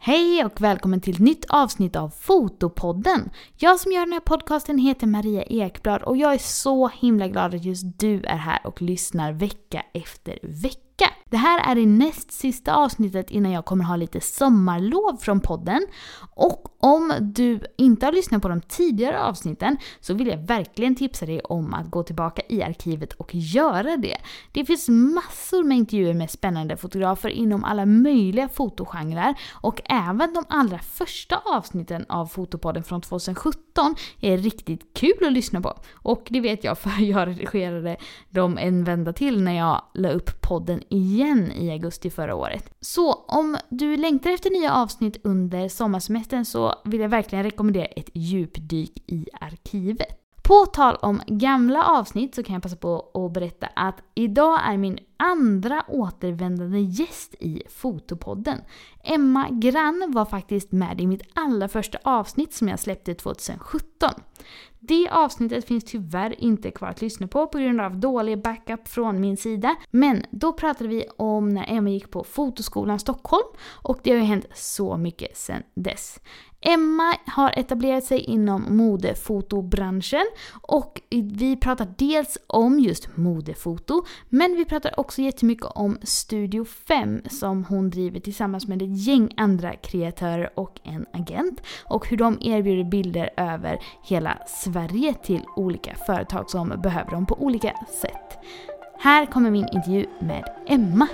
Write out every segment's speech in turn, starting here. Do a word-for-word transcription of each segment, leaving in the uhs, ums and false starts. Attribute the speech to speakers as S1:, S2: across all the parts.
S1: Hej och välkommen till ett nytt avsnitt av Fotopodden. Jag som gör den här podcasten heter Maria Ekblad och jag är så himla glad att just du är här och lyssnar vecka efter vecka. Det här är det näst sista avsnittet innan jag kommer ha lite sommarlov från podden. Och om du inte har lyssnat på de tidigare avsnitten så vill jag verkligen tipsa dig om att gå tillbaka i arkivet och göra det. Det finns massor med intervjuer med spännande fotografer inom alla möjliga fotogenrer och även de allra första avsnitten av Fotopodden från tjugohundrasjutton är riktigt kul att lyssna på. Och det vet jag för jag redigerade dem en vända till när jag la upp podden igen i augusti förra året. Så om du längtar efter nya avsnitt under sommarsemestern så vill jag verkligen rekommendera ett djupdyk i arkivet. På tal om gamla avsnitt så kan jag passa på att berätta att idag är min andra återvändande gäst i Fotopodden. Emma Grann var faktiskt med i mitt allra första avsnitt som jag släppte tjugohundrasjutton. Det avsnittet finns tyvärr inte kvar att lyssna på på grund av dålig backup från min sida. Men då pratade vi om när Emma gick på Fotoskolan Stockholm och det har ju hänt så mycket sedan dess. Emma har etablerat sig inom modefotobranschen och vi pratar dels om just modefoto men vi pratar också jättemycket om Studio fem som hon driver tillsammans med ett gäng andra kreatörer och en agent och hur de erbjuder bilder över hela Sverige till olika företag som behöver dem på olika sätt. Här kommer min intervju med Emma.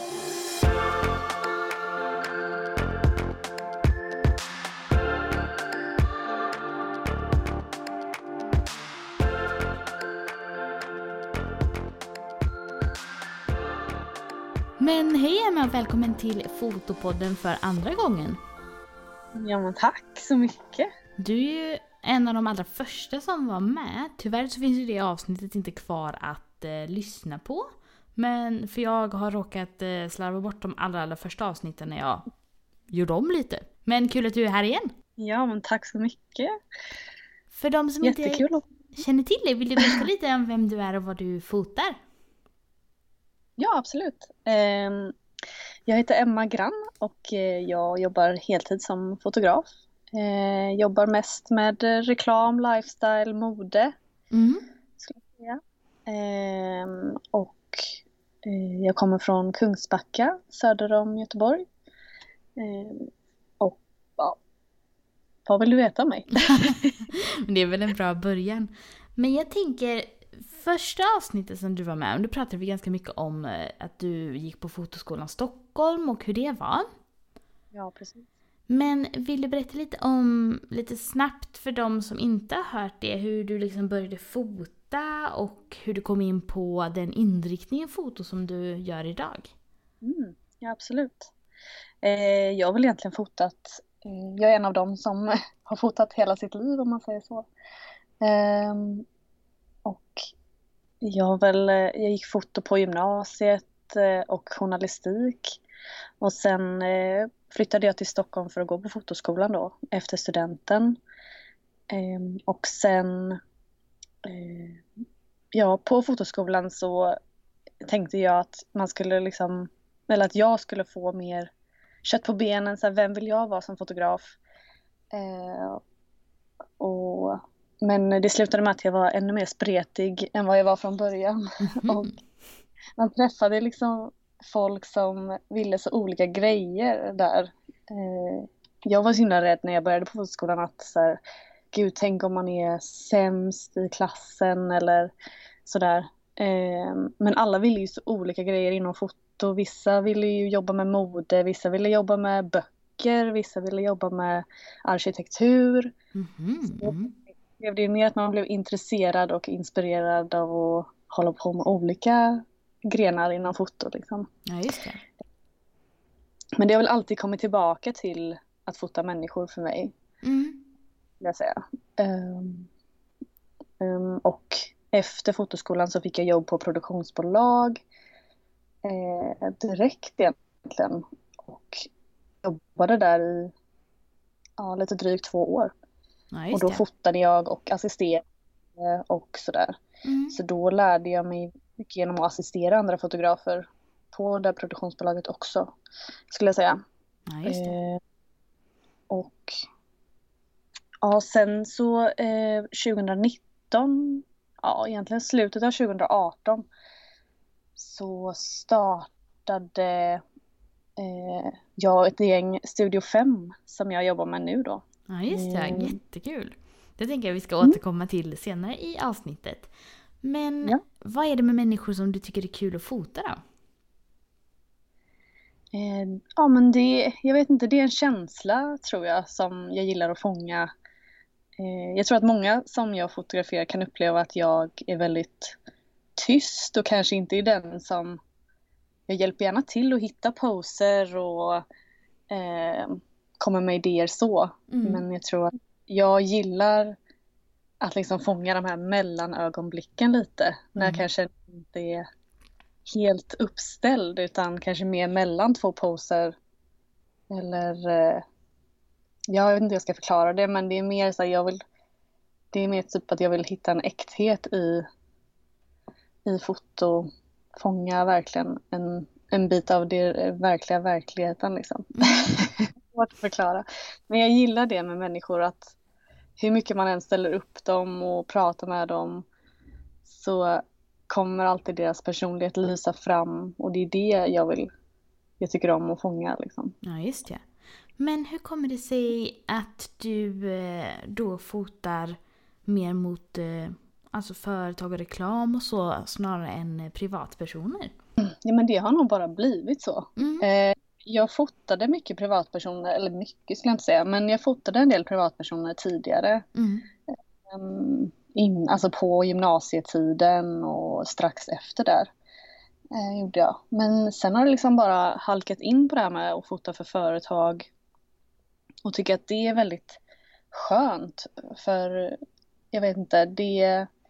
S1: Men hej Emma, välkommen till Fotopodden för andra gången.
S2: Ja men tack så mycket.
S1: Du är ju en av de allra första som var med. Tyvärr så finns ju det avsnittet inte kvar att eh, lyssna på. Men för jag har råkat eh, slarva bort de allra, allra första avsnitten när jag gjorde om lite. Men kul att du är här igen.
S2: Ja men tack så mycket.
S1: För de som
S2: Jättekul.
S1: inte känner till dig, vill du berätta lite om vem du är och vad du fotar?
S2: Ja absolut. Jag heter Emma Grann och jag jobbar heltid som fotograf. Jobbar mest med reklam, lifestyle, mode.
S1: Mm.
S2: Skulle jag säga. Och jag kommer från Kungsbacka, söder om Göteborg. Och ja, vad vill du veta om mig?
S1: Det är väl en bra början. Men jag tänker, första avsnittet som du var med om, då pratade vi ganska mycket om att du gick på Fotoskolan Stockholm och hur det var.
S2: Ja, precis.
S1: Men vill du berätta lite om, lite snabbt för de som inte har hört det, hur du liksom började fota och hur du kom in på den inriktningen foto som du gör idag?
S2: Mm, ja, absolut. Eh, jag har väl egentligen fotat, eh, jag är en av dem som har fotat hela sitt liv om man säger så. Eh, och jag, väl, jag gick foto på gymnasiet eh, och journalistik. Och sen eh, flyttade jag till Stockholm för att gå på fotoskolan då efter studenten. Eh, och sen eh, ja, på fotoskolan så tänkte jag att man skulle liksom, eller att jag skulle få mer kött på benen. Så här, vem vill jag vara som fotograf? Eh, och, men det slutade med att jag var ännu mer spretig än vad jag var från början. Mm. Och man träffade liksom folk som ville så olika grejer där. Eh, jag var så himla rädd när jag började på fotoskolan att så här, gud, tänk om man är sämst i klassen eller sådär. Eh, men alla ville ju så olika grejer inom foto. Vissa ville ju jobba med mode, vissa ville jobba med böcker, vissa ville jobba med arkitektur.
S1: Mm-hmm.
S2: Så det blev mer att man blev intresserad och inspirerad av att hålla på med olika grenar inom foto liksom.
S1: Ja, just det.
S2: Men det har väl alltid kommit tillbaka till att fota människor för mig.
S1: Mm.
S2: Vill jag säga. Um, um, och efter fotoskolan så fick jag jobb på produktionsbolag eh, direkt egentligen. Och jobbade där i ja, lite drygt två år.
S1: Ja,
S2: och då
S1: det.
S2: fotade jag och assisterade och sådär.
S1: Mm.
S2: Så då lärde jag mig mycket genom att assistera andra fotografer på det produktionsbolaget också, skulle jag säga.
S1: Ja, just det.
S2: Eh, Ja, sen så eh, tjugonitton, ja egentligen slutet av tjugoarton så startade eh, jag ett gäng Studio fem som jag jobbar med nu då.
S1: Ja, just det.
S2: Mm.
S1: Jättekul. Det tänker jag vi ska
S2: Mm.
S1: återkomma till senare i avsnittet. Men
S2: Ja.
S1: vad är det med människor som du tycker är kul att fota då?
S2: Eh, ja men det, jag vet inte, det är en känsla tror jag som jag gillar att fånga. Eh, jag tror att många som jag fotograferar kan uppleva att jag är väldigt tyst och kanske inte är den som, jag hjälper gärna till att hitta poser och eh, komma med idéer så.
S1: Mm.
S2: Men jag tror att jag gillar att liksom fånga de här mellanögonblicken lite. När jag
S1: Mm.
S2: kanske inte är helt uppställd utan kanske mer mellan två poser. Eller eh, jag vet inte hur jag ska förklara det, men det är mer så här, jag vill, det är mer typ att jag vill hitta en äkthet i, i foto. Fånga verkligen en, en bit av det verkliga verkligheten liksom. Svårt att förklara. Men jag gillar det med människor, att hur mycket man än ställer upp dem och pratar med dem så kommer alltid deras personlighet lysa fram, och det är det jag vill, jag tycker om att fånga liksom.
S1: Ja, just det. Men hur kommer det sig att du eh, då fotar mer mot eh, alltså företag och reklam och så snarare än eh, privatpersoner?
S2: Ja, men det har nog bara blivit så.
S1: Mm.
S2: Eh, jag fotade mycket privatpersoner, eller mycket skulle jag inte säga, men jag fotade en del privatpersoner tidigare.
S1: Mm.
S2: Um, in, alltså på gymnasietiden och strax efter där eh, gjorde jag. Men sen har det liksom bara halkat in på det här med att fota för företag. Och tycker att det är väldigt skönt. För jag vet inte, det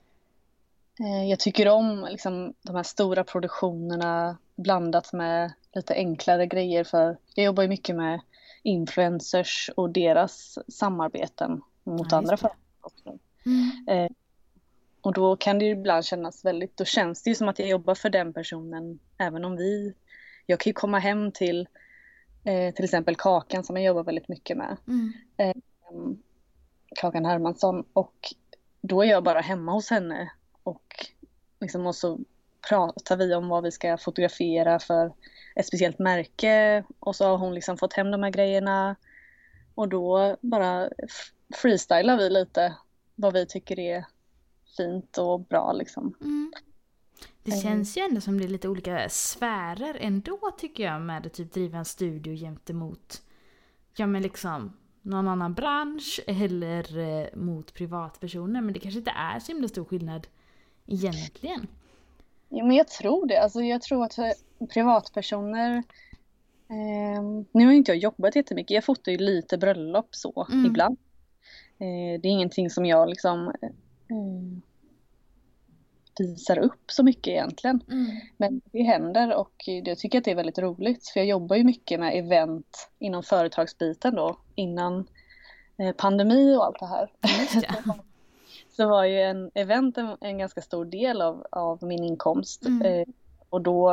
S2: eh, jag tycker om liksom de här stora produktionerna blandat med lite enklare grejer. För jag jobbar ju mycket med influencers och deras samarbeten mot
S1: Ja,
S2: andra
S1: just det.
S2: företag också.
S1: Mm.
S2: Eh, och då kan det ju ibland kännas väldigt, då känns det ju som att jag jobbar för den personen, även om vi, jag kan ju komma hem till eh, till exempel Kakan som jag jobbar väldigt mycket med,
S1: Mm.
S2: eh, Kakan Hermansson, och då är jag bara hemma hos henne och liksom, och så pratar vi om vad vi ska fotografera för ett speciellt märke, och så har hon liksom fått hem de här grejerna och då bara f- freestylar vi lite vad vi tycker är fint och bra liksom.
S1: Mm. Det
S2: Mm.
S1: känns ju ändå som det är lite olika sfärer ändå tycker jag med att typ driva en studio gentemot ja men liksom någon annan bransch eller eh, mot privatpersoner, men det kanske inte är så himla stor skillnad egentligen.
S2: Ja, men jag tror det. Alltså, jag tror att för privatpersoner, eh, nu har inte jag jobbat jättemycket. Jag fotar ju lite bröllop så
S1: Mm.
S2: ibland. Eh, det är ingenting som jag liksom eh, visar upp så mycket egentligen.
S1: Mm.
S2: Men det händer, och jag tycker att det är väldigt roligt. För jag jobbar ju mycket med event inom företagsbiten då, innan eh, pandemi och allt det här.
S1: Just det.
S2: Så var ju en event en, en ganska stor del av, av min inkomst.
S1: Mm.
S2: Eh, och då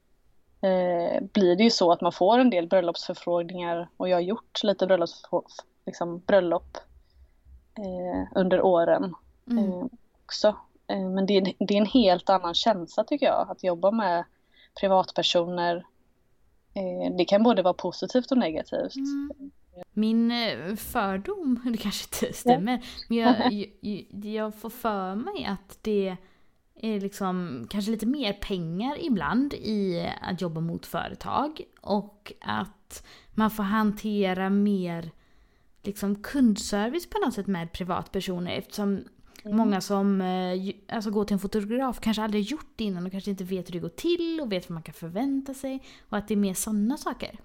S2: eh, blir det ju så att man får en del bröllopsförfrågningar. Och jag har gjort lite bröllops, liksom, bröllop eh, under åren
S1: Mm.
S2: eh, också. Eh, men det är, det är en helt annan känsla tycker jag. Att jobba med privatpersoner. Eh, det kan både vara positivt och negativt.
S1: Mm. Min eh, fördom, det kanske inte stämmer, men jag, jag, jag får för mig att det är liksom kanske lite mer pengar ibland i att jobba mot företag och att man får hantera mer liksom kundservice på något sätt med privatpersoner, eftersom
S2: Mm.
S1: många som eh, ju- alltså går till en fotograf kanske aldrig har gjort det innan och kanske inte vet hur det går till och vet vad man kan förvänta sig, och att det är mer sådana saker.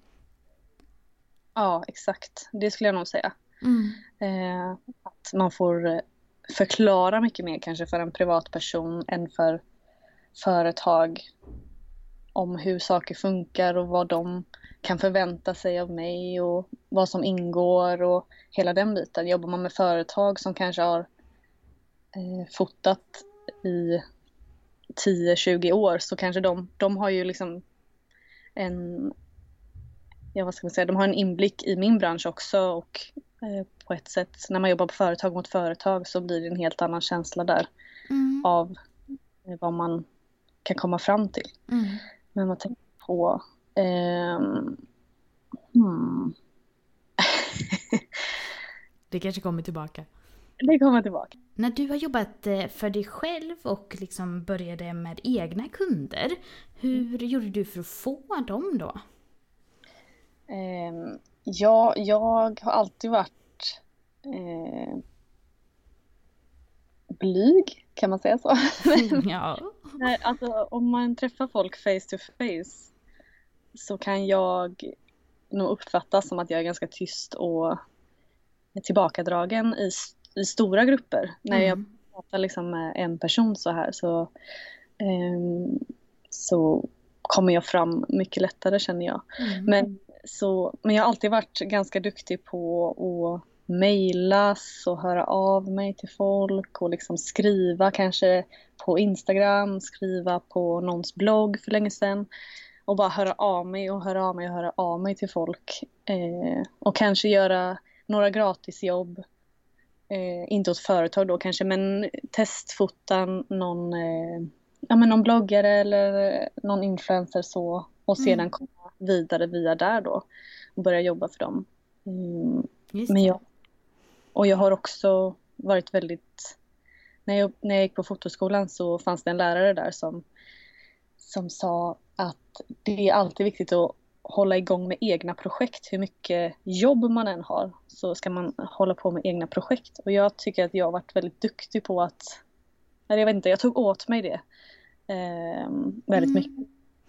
S2: Ja, exakt. Det skulle jag nog säga.
S1: Mm.
S2: Eh, att man får eh, förklara mycket mer kanske för en privatperson än för företag om hur saker funkar och vad de kan förvänta sig av mig och vad som ingår och hela den biten. Jobbar man med företag som kanske har eh, fotat i tio tjugo år, så kanske de, de har ju liksom en, ja vad ska man säga, de har en inblick i min bransch också, och eh, på ett sätt. När man jobbar på företag mot företag så blir det en helt annan känsla där
S1: Mm.
S2: av eh, vad man kan komma fram till.
S1: Mm.
S2: Men man tänker på ehm, hmm.
S1: Det kanske kommer tillbaka.
S2: Det kommer tillbaka.
S1: När du har jobbat eh, för dig själv och liksom började med egna kunder, hur gjorde du för att få dem då?
S2: Ehm, ja, jag har alltid varit eh, blyg, kan man säga så?
S1: Ja.
S2: Nej, alltså, om man träffar folk face to face så kan jag nog uppfattas som att jag är ganska tyst och tillbakadragen i, i stora grupper. När
S1: Mm.
S2: jag pratar liksom med en person så här så, um, så kommer jag fram mycket lättare, känner jag.
S1: Mm.
S2: Men, så, men jag har alltid varit ganska duktig på att mejlas och höra av mig till folk och liksom skriva kanske på Instagram, skriva på någons blogg för länge sedan. Och bara höra av mig och höra av mig och höra av mig till folk. Eh, och kanske göra några gratisjobb. Eh, inte åt företag då kanske, men testfotan någon, eh, ja, men någon bloggare eller någon influencer så. Och sedan
S1: Mm.
S2: komma vidare via där då. Och börja jobba för dem. Mm,
S1: Just
S2: men
S1: det.
S2: jag, och jag har också varit väldigt... När jag, när jag gick på fotoskolan så fanns det en lärare där som, som sa att det är alltid viktigt att hålla igång med egna projekt. Hur mycket jobb man än har så ska man hålla på med egna projekt. Och jag tycker att jag har varit väldigt duktig på att... Eller jag vet inte, jag tog åt mig det eh, väldigt
S1: Mm.
S2: mycket.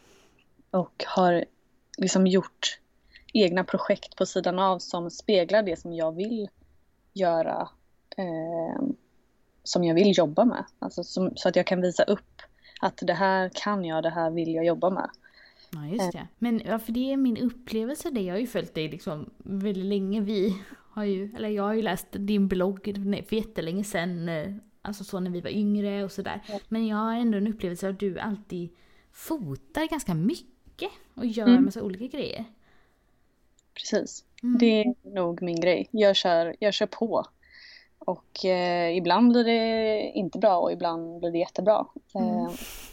S2: Och har liksom gjort egna projekt på sidan av som speglar det som jag vill göra. Eh, som jag vill jobba med. Alltså som, så att jag kan visa upp att det här kan jag, det här vill jag jobba med.
S1: Ja, just det. Men ja, för det är min upplevelse det. Jag har ju följt dig liksom väldigt länge. Vi har ju, eller jag har ju läst din blogg för jättelänge sedan. Alltså så när vi var yngre och sådär.
S2: Ja.
S1: Men jag har ändå en upplevelse av att du alltid fotar ganska mycket. Och gör
S2: Mm.
S1: en massa olika grejer.
S2: Precis.
S1: Mm.
S2: Det är nog min grej. Jag kör, jag kör på. Och eh, ibland blir det inte bra och ibland blir det jättebra.
S1: Mm.
S2: Eh,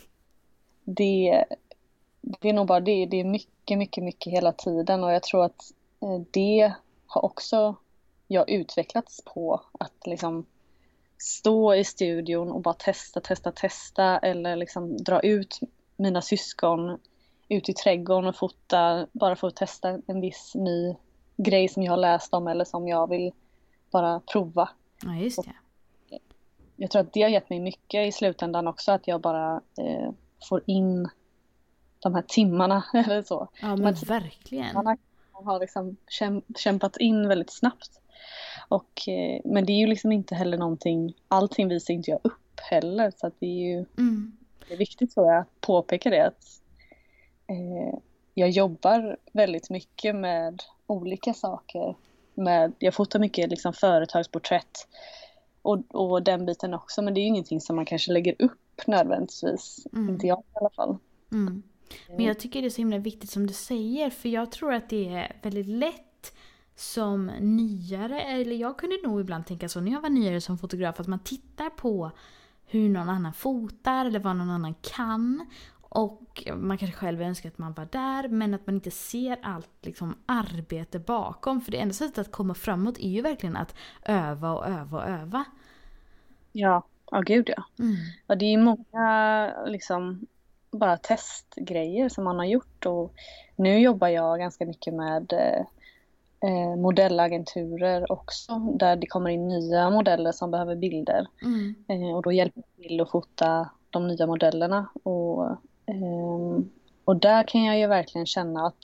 S2: det, det är nog bara det. Det är mycket, mycket, mycket hela tiden. Och jag tror att eh, det har också jag utvecklats på. Att liksom stå i studion och bara testa, testa, testa. Eller liksom dra ut mina syskon ut i trädgården och fota. Bara för att testa en viss ny grej som jag har läst om. Eller som jag vill bara prova.
S1: Ja, just det.
S2: Jag tror att det har gett mig mycket i slutändan också. Att jag bara eh, får in de här timmarna eller så.
S1: Ja,
S2: De
S1: men
S2: här
S1: verkligen.
S2: timmarna har liksom käm- kämpat in väldigt snabbt. Och, eh, men det är ju liksom inte heller någonting, allting visar inte jag upp heller. Så att det är ju
S1: Mm.
S2: det är viktigt så att påpeka det. Att eh, jag jobbar väldigt mycket med olika saker. Med, jag fotar mycket liksom företagsporträtt. Och, och den biten också. Men det är ju ingenting som man kanske lägger upp nödvändigtvis.
S1: Mm.
S2: Inte jag i alla fall.
S1: Mm. Men jag tycker det är så himla viktigt som du säger. För jag tror att det är väldigt lätt som nyare. Eller jag kunde nog ibland tänka så när jag var nyare som fotograf. Att man tittar på hur någon annan fotar. Eller vad någon annan kan. Och man kanske själv önskar att man var där. Men att man inte ser allt liksom, arbete bakom. För det enda sättet att komma framåt är ju verkligen att öva och öva och öva.
S2: Ja, ja gud ja.
S1: Mm.
S2: Och det är många liksom bara testgrejer som man har gjort. Och nu jobbar jag ganska mycket med eh, modellagenturer också. Där det kommer in nya modeller som behöver bilder.
S1: Mm.
S2: Eh, och då hjälper jag till att fota de nya modellerna. Och, eh, och där kan jag ju verkligen känna att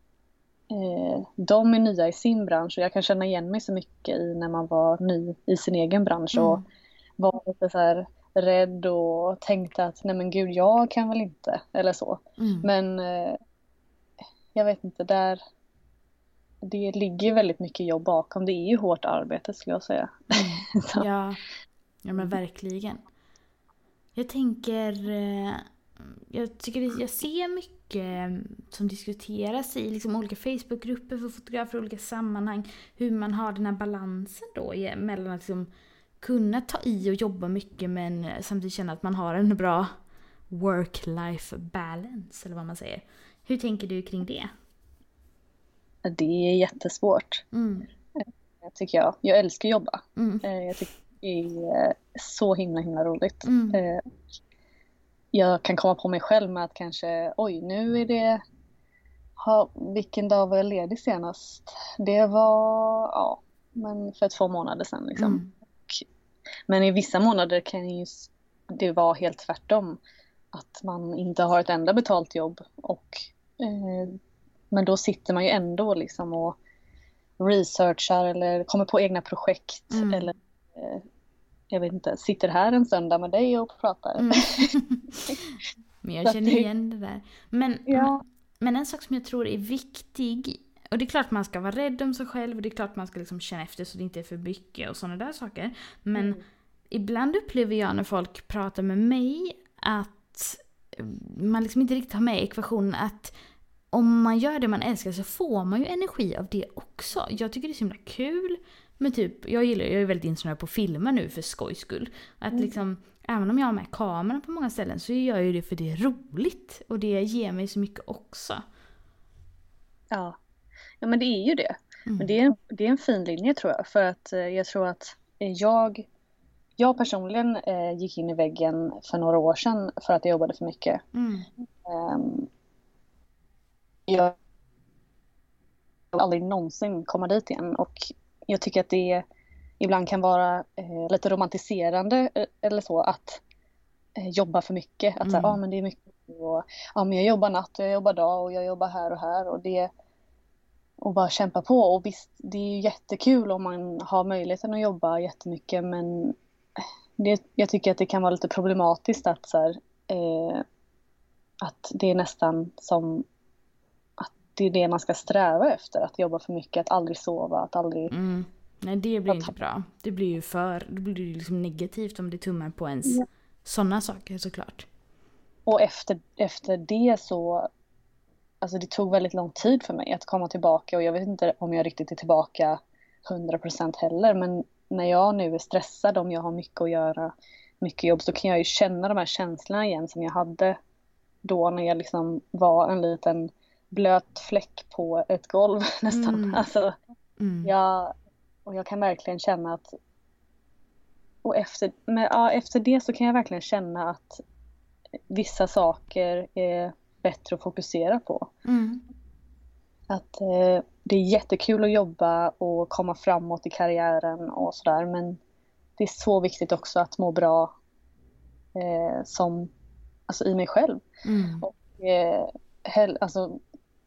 S2: eh, de är nya i sin bransch. Och jag kan känna igen mig så mycket i när man var ny i sin egen bransch.
S1: Mm.
S2: Och var lite så här rädd och tänkte att nej men gud, jag kan väl inte. Eller så.
S1: Mm.
S2: Men eh, jag vet inte, där det ligger väldigt mycket jobb bakom. Det är ju hårt arbete skulle jag säga. Så.
S1: Ja, ja men verkligen. Jag tänker, eh, jag tycker det, jag ser mycket som diskuteras i liksom olika Facebookgrupper för fotografer i olika sammanhang. Hur man har den här balansen då mellan att liksom kunna ta i och jobba mycket men samtidigt känna att man har en bra work-life balance eller vad man säger. Hur tänker du kring det?
S2: Det är jättesvårt.
S1: Mm.
S2: Tycker jag. Jag älskar att jobba.
S1: Mm.
S2: Jag tycker det är så himla himla roligt.
S1: Mm.
S2: Jag kan komma på mig själv med att kanske, oj nu är det, ha, vilken dag var jag ledig senast? Det var, ja, men för två månader sedan liksom.
S1: Mm.
S2: Men i vissa månader kan ju det vara helt tvärtom. Att man inte har ett enda betalt jobb. Och, eh, men då sitter man ju ändå liksom och researchar eller kommer på egna projekt.
S1: Mm.
S2: Eller eh, jag vet inte, sitter här en söndag med dig och pratar.
S1: Mm. Men jag känner igen det där. Men,
S2: ja.
S1: men en sak som jag tror är viktig, och det är klart man ska vara rädd om sig själv och det är klart man ska liksom känna efter så det inte är för mycket och sådana där saker. Men mm. ibland upplever jag när folk pratar med mig att man liksom inte riktigt har med i ekvationen att om man gör det man älskar så får man ju energi av det också. Jag tycker det är så himla kul. Men typ, jag gillar, jag är väldigt inspirerad på filmer nu för skojs skull. Att
S2: Mm.
S1: liksom, även om jag har med kameran på många ställen så gör jag ju det för det är roligt. Och det ger mig så mycket också.
S2: Ja, ja men det är ju det.
S1: Mm.
S2: Men det är, det är en fin linje tror jag. För att eh, jag tror att jag, jag personligen eh, gick in i väggen för några år sedan för att jag jobbade för mycket.
S1: Mm.
S2: Um, jag vill aldrig någonsin komma dit igen. Och jag tycker att det ibland kan vara eh, lite romantiserande eh, eller så att eh, jobba för mycket. Att
S1: Mm.
S2: säga, ah, men det är mycket. Och, ah, men jag jobbar natt och jag jobbar dag och jag jobbar här och här. Och det och bara kämpa på. Och visst, det är ju jättekul om man har möjligheten att jobba jättemycket. Men det, jag tycker att det kan vara lite problematiskt att, så här, eh, att det är nästan som att det är det man ska sträva efter. Att jobba för mycket, att aldrig sova, att aldrig...
S1: Mm. Nej, det blir inte bra. Det blir ju för, det blir ju liksom negativt om det tummar på ens
S2: Ja.
S1: sådana saker såklart.
S2: Och efter, efter det så... Alltså det tog väldigt lång tid för mig att komma tillbaka. Och jag vet inte om jag riktigt är tillbaka hundra procent heller. Men när jag nu är stressad, om jag har mycket att göra, mycket jobb, så kan jag ju känna de här känslorna igen som jag hade då när jag liksom var en liten blöt fläck på ett golv nästan.
S1: Mm.
S2: Alltså,
S1: Mm.
S2: jag, och jag kan verkligen känna att... Och efter, men, ja, efter det så kan jag verkligen känna att vissa saker är bättre att fokusera på.
S1: Mm.
S2: Att eh, det är jättekul att jobba och komma framåt i karriären och sådär. Men det är så viktigt också att må bra eh, som, alltså i mig själv.
S1: Mm.
S2: Och eh, hell, alltså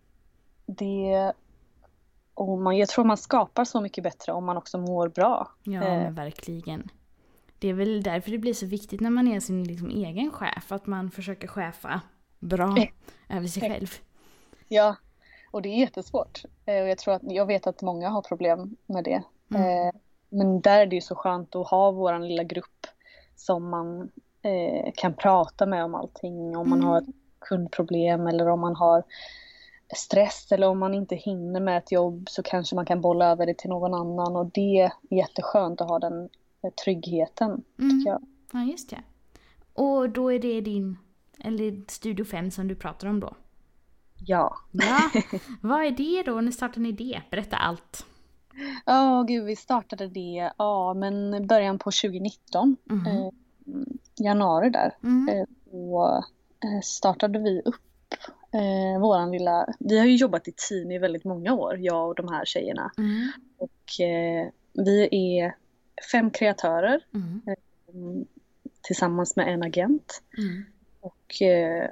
S2: det... Och man, jag tror man skapar så mycket bättre om man också mår bra.
S1: Ja,
S2: eh,
S1: men verkligen. Det är väl därför det blir så viktigt när man är sin liksom egen chef. Att man försöker chefa bra
S2: Eh,
S1: över sig själv.
S2: Ja, och det är jättesvårt. Eh, och jag tror att, jag vet att många har problem med det.
S1: Mm.
S2: Eh, men där är det ju så skönt att ha våran lilla grupp som man eh, kan prata med om allting. Om man
S1: Mm.
S2: har ett kundproblem eller om man har stress eller om man inte hinner med ett jobb så kanske man kan bolla över det till någon annan. Och det är jätteskönt att ha den eh, tryggheten,
S1: Mm.
S2: tycker jag.
S1: Ja, just det. Och då är det din, eller Studio fem som du pratar om då.
S2: Ja.
S1: Ja, vad är det då? När startade ni det? Berätta allt.
S2: Ja, oh, gud, vi startade det ja, men början på tjugonitton.
S1: Mhm.
S2: Eh, januari där.
S1: Mm.
S2: Eh, då eh, startade vi upp eh, våran lilla... Vi har ju jobbat i team i väldigt många år, jag och de här tjejerna.
S1: Mm.
S2: Och eh, vi är fem kreatörer
S1: Mm.
S2: eh, tillsammans med en agent.
S1: Mm.
S2: Och eh,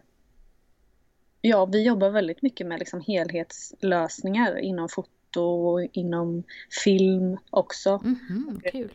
S2: ja, vi jobbar väldigt mycket med liksom helhetslösningar inom foto och inom film också.
S1: Mhm, kul.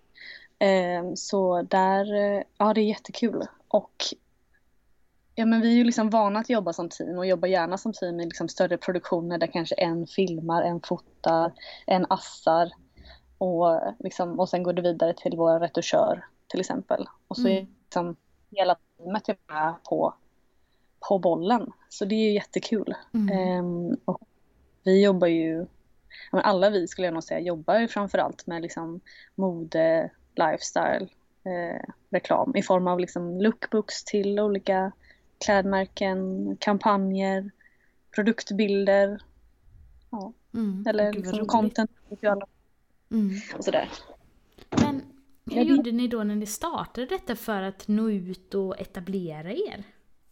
S2: Eh, så där, eh, ja det är jättekul. Och ja, men vi är ju liksom vana att jobba som team och jobbar gärna som team i liksom större produktioner där kanske en filmar, en fotar, en assar och, liksom, och sen går det vidare till vår retuschör till exempel. Och så är
S1: Mm.
S2: liksom hela teamet är med på på bollen. Så det är ju jättekul.
S1: Mm.
S2: Um, och vi jobbar ju, men alla vi skulle jag nog säga jobbar ju framförallt med liksom mode, lifestyle, eh, reklam i form av liksom lookbooks till olika klädmärken, kampanjer, produktbilder, ja.
S1: Mm.
S2: Eller
S1: Gud, vad
S2: liksom
S1: roligt.
S2: content till alla
S1: Mm.
S2: och sådär.
S1: Men hur
S2: Ja, det-
S1: gjorde ni då när ni startade detta för att nå ut och etablera er?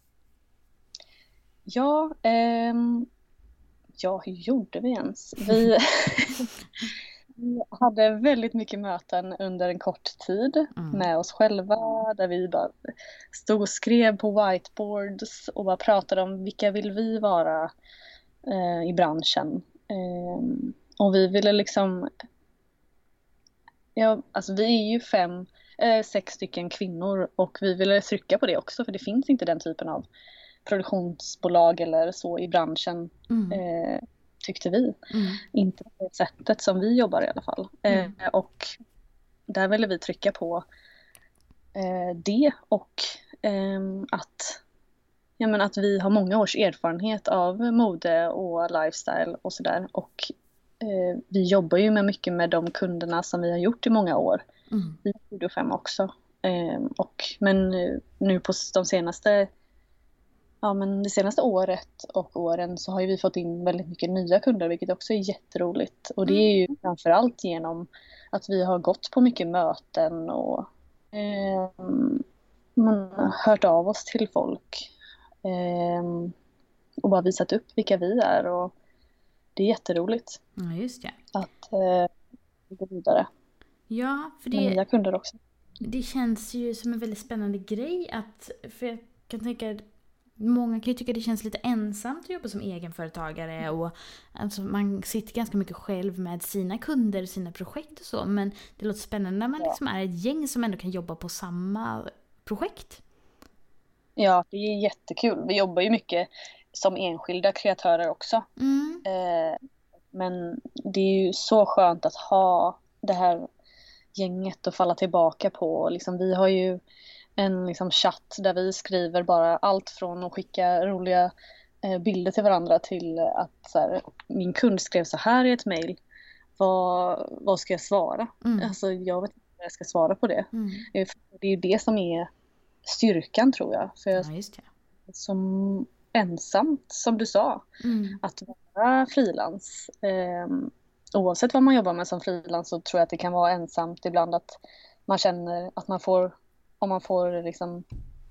S2: Ja, ehm, ja, hur gjorde vi ens? Vi vi hade väldigt mycket möten under en kort tid
S1: Mm.
S2: med oss själva där vi bara stod och skrev på whiteboards och bara pratade om vilka vill vi vara eh, i branschen. Ehm, och vi ville liksom, ja, alltså vi är ju fem, eh, sex stycken kvinnor och vi ville trycka på det också för det finns inte den typen av produktionsbolag eller så i branschen,
S1: Mm.
S2: eh, tyckte vi.
S1: Mm.
S2: Inte på det sättet som vi jobbar i alla fall.
S1: Mm.
S2: Eh, och där ville vi trycka på eh, det och eh, att, ja, men att vi har många års erfarenhet av mode och lifestyle och sådär. Och eh, vi jobbar ju med mycket med de kunderna som vi har gjort i många år.
S1: Mm.
S2: I Studio fem också. Eh, och, men nu på de senaste Ja, men det senaste året och åren så har ju vi fått in väldigt mycket nya kunder, vilket också är jätteroligt. Och det är ju framförallt genom att vi har gått på mycket möten och eh, man har hört av oss till folk eh, och bara visat upp vilka vi är. Och det är jätteroligt
S1: Ja, just det.
S2: att eh, gå vidare
S1: Ja, för
S2: med
S1: det,
S2: nya kunder också.
S1: det känns ju som en väldigt spännande grej att, för jag kan tänka, många kan ju tycka det känns lite ensamt att jobba som egenföretagare och alltså man sitter ganska mycket själv med sina kunder, sina projekt och så, men det låter spännande när man liksom är ett gäng som ändå kan jobba på samma projekt.
S2: Ja, det är jättekul. Vi jobbar ju mycket som enskilda kreatörer också.
S1: Mm.
S2: Eh, men det är ju så skönt att ha det här gänget att falla tillbaka på. Liksom, vi har ju en liksom, chatt där vi skriver bara allt från att skicka roliga eh, bilder till varandra till att så här, min kund skrev så här i ett mejl. Vad, vad ska jag svara?
S1: Mm.
S2: Alltså, jag vet inte vad jag ska svara på det.
S1: Mm.
S2: Eh, Det är ju det som är styrkan, tror jag. För jag
S1: Ja, just det.
S2: som ensamt, som du sa,
S1: Mm.
S2: att vara frilans. Eh, oavsett vad man jobbar med som frilans så tror jag att det kan vara ensamt ibland att man känner att man får, om man får liksom,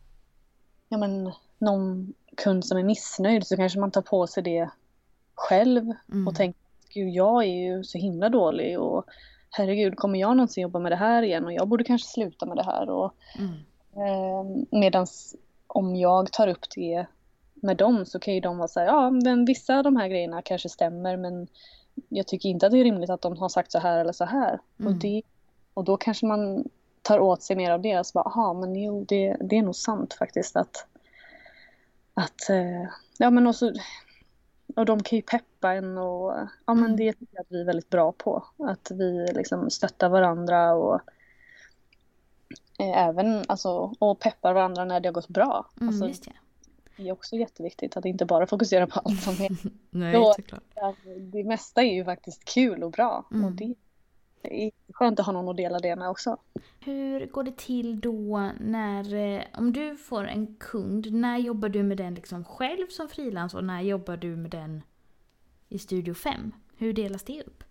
S2: ja men någon kund som är missnöjd så kanske man tar på sig det själv
S1: Mm.
S2: och tänker, gud jag är ju så himla dålig och herregud kommer jag någonsin jobba med det här igen och jag borde kanske sluta med det här och
S1: Mm.
S2: eh, medans om jag tar upp det med dem så kan ju de vara så här, ja men vissa av de här grejerna kanske stämmer men jag tycker inte att det är rimligt att de har sagt så här eller så här.
S1: Mm.
S2: Och, det, och då kanske man tar åt sig mer av det och så bara, aha, men jo, det, det är nog sant faktiskt att, att eh, ja men också, och de kan ju peppa en och ja men
S1: Mm.
S2: det tycker jag att vi är väldigt bra på. Att vi liksom stöttar varandra och eh, även alltså, och peppar varandra när det har gått bra.
S1: Mm,
S2: Alltså,
S1: just det.
S2: det är också jätteviktigt att inte bara fokusera på allt som är.
S1: Nej,
S2: Då-
S1: såklart.
S2: Det mesta är ju faktiskt kul och bra.
S1: Mm.
S2: Och det, det är skönt att ha någon att dela det med också.
S1: Hur går det till då när, eh, om du får en kund, när jobbar du med den liksom själv som frilans och när jobbar du med den i Studio fem? Hur delas det upp?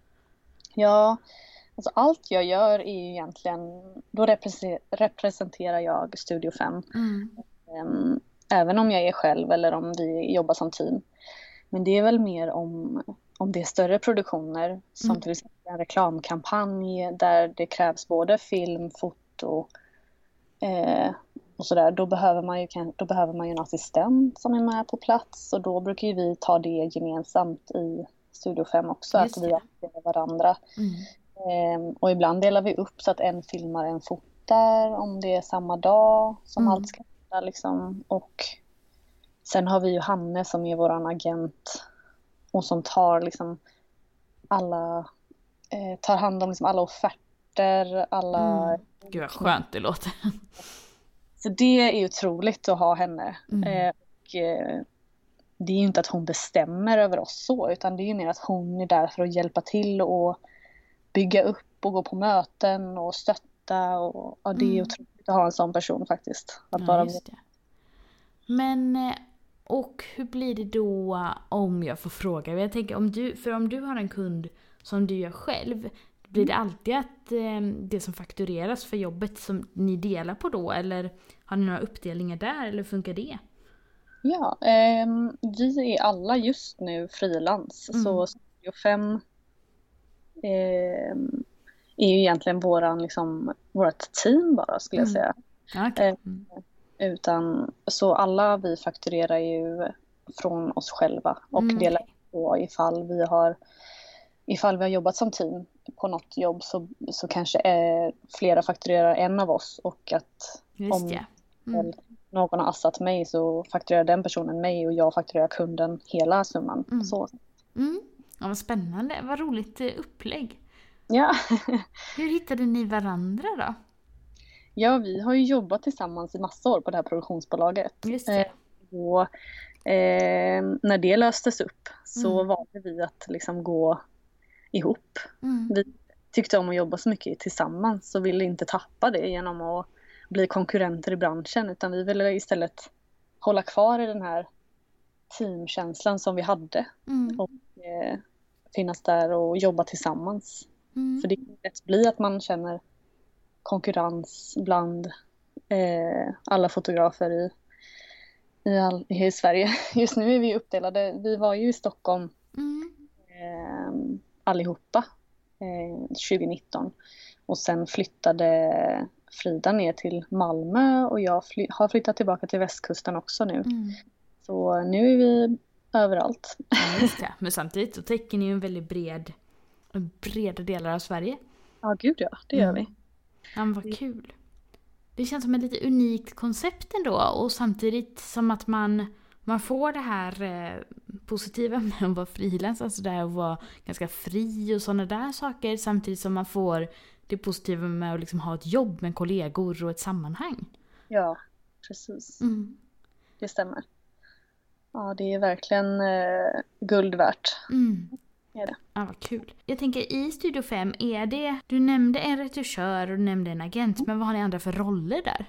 S2: Ja, alltså allt jag gör är ju egentligen, då represe- representerar jag Studio fem.
S1: Mm.
S2: Ehm, även om jag är själv eller om vi jobbar som team. Men det är väl mer om, om det är större produktioner som
S1: Mm.
S2: till exempel en reklamkampanj där det krävs både film, foto eh, och sådär. Då behöver man ju kan- då behöver man ju en assistent som är med på plats och då brukar ju vi ta det gemensamt i Studio fem också,
S1: Just
S2: att vi
S1: det.
S2: assisterar varandra.
S1: Mm.
S2: Ehm, och ibland delar vi upp så att en filmar, en fotar om det är samma dag som
S1: Mm.
S2: allt ska hända liksom. Och sen har vi ju Hanne som är våran agent och som tar liksom alla eh, tar hand om liksom alla offerter, alla
S1: Mm. Gud vad skönt det låter.
S2: så det är ju otroligt att ha henne.
S1: Mm.
S2: Eh, Och eh, det är ju inte att hon bestämmer över oss så, utan det är ju mer att hon är där för att hjälpa till och bygga upp och gå på möten och stötta. Och, ja, det är
S1: Mm.
S2: otroligt att ha en sån person faktiskt. Att
S1: Ja,
S2: bara...
S1: just det. Men, eh, och hur blir det då om jag får fråga? Jag tänker, om du, för om du har en kund som du gör själv, blir det alltid att eh, det som faktureras för jobbet som ni delar på då? Eller har ni några uppdelningar där, eller funkar det?
S2: Ja, ehm, vi är alla just nu frilans.
S1: Mm.
S2: Så Studio fem ehm, är ju egentligen våran, liksom, vårt team bara, skulle jag
S1: Mm.
S2: säga.
S1: Ja, okej.
S2: Eh,
S1: Mm.
S2: Utan, så alla vi fakturerar ju från oss själva och
S1: Mm,
S2: delar
S1: okej.
S2: på ifall vi har ifall vi har jobbat som team på något jobb, så, så kanske eh, flera fakturerar en av oss, och att
S1: Just
S2: om
S1: det. Mm.
S2: någon har assat mig så fakturerar den personen mig och jag fakturerar kunden hela summan.
S1: Mm.
S2: Så.
S1: Mm. Ja, vad spännande. Vad roligt eh, upplägg.
S2: Ja.
S1: Hur hittade ni varandra då?
S2: Ja, vi har ju jobbat tillsammans i massa år på det här produktionsbolaget.
S1: Just det.
S2: Eh, och eh, när det löstes upp så
S1: Mm.
S2: valde vi att liksom gå ihop.
S1: Mm.
S2: Vi tyckte om att jobba så mycket tillsammans och ville inte tappa det genom att bli konkurrenter i branschen, utan vi ville istället hålla kvar i den här teamkänslan som vi hade
S1: Mm.
S2: och eh, finnas där och jobba tillsammans.
S1: Mm.
S2: För det kan lätt bli att man känner konkurrens bland eh, alla fotografer i, i, all, i Sverige. Just nu är vi uppdelade. Vi var ju i Stockholm
S1: Mm.
S2: eh, allihopa eh, tjugonitton. Och sen flyttade Frida ner till Malmö och jag fly- har flyttat tillbaka till västkusten också nu.
S1: Mm.
S2: Så nu är vi överallt.
S1: Ja, just det. Men samtidigt så täcker ni ju en väldigt bred, breda delar av Sverige.
S2: Ja, gud ja, det gör
S1: Mm.
S2: vi.
S1: Ja, men vad kul. Det känns som ett lite unikt koncept ändå. Och samtidigt som att man, man får det här eh, positiva med att vara frilans. Alltså det här att vara ganska fri och sådana där saker. Samtidigt som man får det positiva med att liksom ha ett jobb med kollegor och ett sammanhang.
S2: Ja, precis.
S1: Mm.
S2: Det stämmer. Ja, det är verkligen eh, guld värt.
S1: Mm.
S2: Är det.
S1: Ja, vad kul. Jag tänker i Studio fem, är det, du nämnde en retuschör och du nämnde en agent, men vad har ni andra för roller där?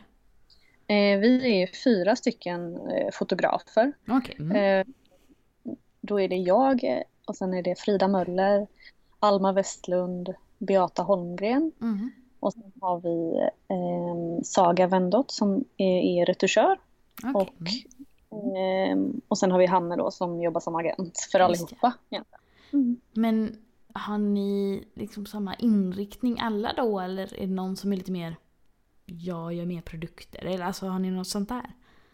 S2: Eh, vi är fyra stycken eh, fotografer.
S1: Okej. Mm.
S2: Eh, då är det jag eh, och sen är det Frida Möller, Alma Westlund, Beata Holmgren.
S1: Mm.
S2: Och sen har vi eh, Saga Wendot som är, är retuschör.
S1: Okej.
S2: Och, eh, och sen har vi Hanne då som jobbar som agent för
S1: Just
S2: allihopa. egentligen. Mm.
S1: Men har ni liksom samma inriktning alla då? Eller är det någon som är lite mer, jag gör mer produkter? Eller alltså har ni något sånt där?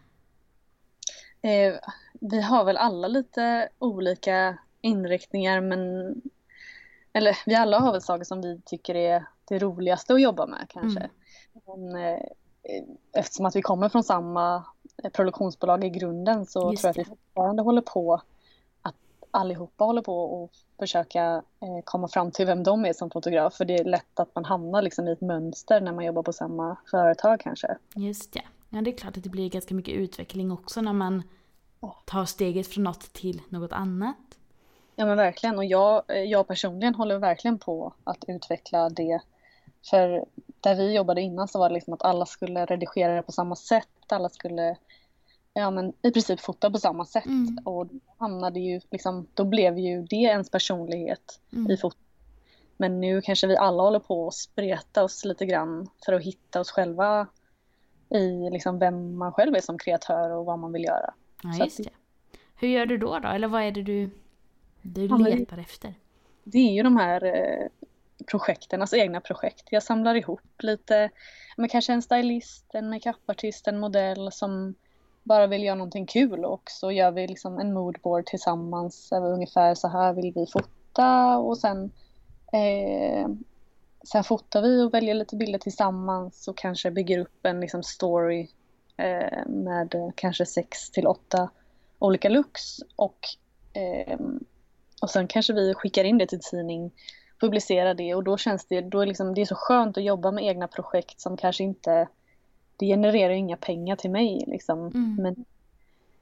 S2: Eh, vi har väl alla lite olika inriktningar, men eller vi alla har väl saker som vi tycker är det roligaste att jobba med kanske.
S1: Mm.
S2: Men, eh, eftersom att vi kommer från samma produktionsbolag i grunden så
S1: Just
S2: tror jag att
S1: det.
S2: vi fortfarande håller på att allihopa håller på och försöka eh, komma fram till vem de är som fotograf. För det är lätt att man hamnar liksom i ett mönster när man jobbar på samma företag kanske.
S1: Just det. Ja, det är klart att det blir ganska mycket utveckling också när man tar steget från något till något annat.
S2: Ja men verkligen, och jag, jag personligen håller verkligen på att utveckla det. För där vi jobbade innan så var det liksom att alla skulle redigera det på samma sätt. Alla skulle ja, men i princip fota på samma sätt.
S1: Mm.
S2: Och då hamnade ju liksom, då blev ju det ens personlighet
S1: Mm.
S2: i fotot. Men nu kanske vi alla håller på att spreta oss lite grann för att hitta oss själva i liksom vem man själv är som kreatör och vad man vill göra.
S1: Ja,
S2: Så
S1: just
S2: att-
S1: det. Hur gör du då då? Eller vad är det du, du
S2: Ja, men-
S1: letar efter?
S2: Det är ju de här eh, projekten, alltså egna projekt. Jag samlar ihop lite, men kanske en stylist, en makeupartist, en modell som bara vill göra någonting kul, och så gör vi liksom en moodboard tillsammans. Över ungefär så här vill vi fota, och sen eh, sen fotar vi och väljer lite bilder tillsammans och kanske bygger upp en liksom story eh, med eh, kanske sex till åtta olika looks, och eh, och sen kanske vi skickar in det till tidning, publicerar det, och då känns det, då är liksom, det är så skönt att jobba med egna projekt som kanske inte, det genererar inga pengar till mig liksom,
S1: Mm.
S2: men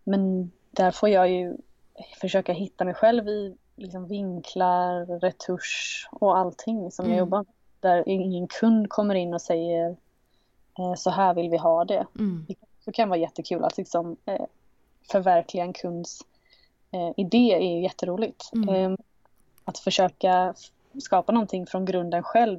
S2: men där får jag ju försöka hitta mig själv i liksom vinklar, retusch och allting som
S1: Mm.
S2: jag jobbar med. Där ingen kund kommer in och säger eh, så här vill vi ha det.
S1: Mm.
S2: Det kan vara jättekul att liksom, eh, förverkliga en kunds eh, idé är ju jätteroligt.
S1: Mm.
S2: Eh, att försöka skapa någonting från grunden själv,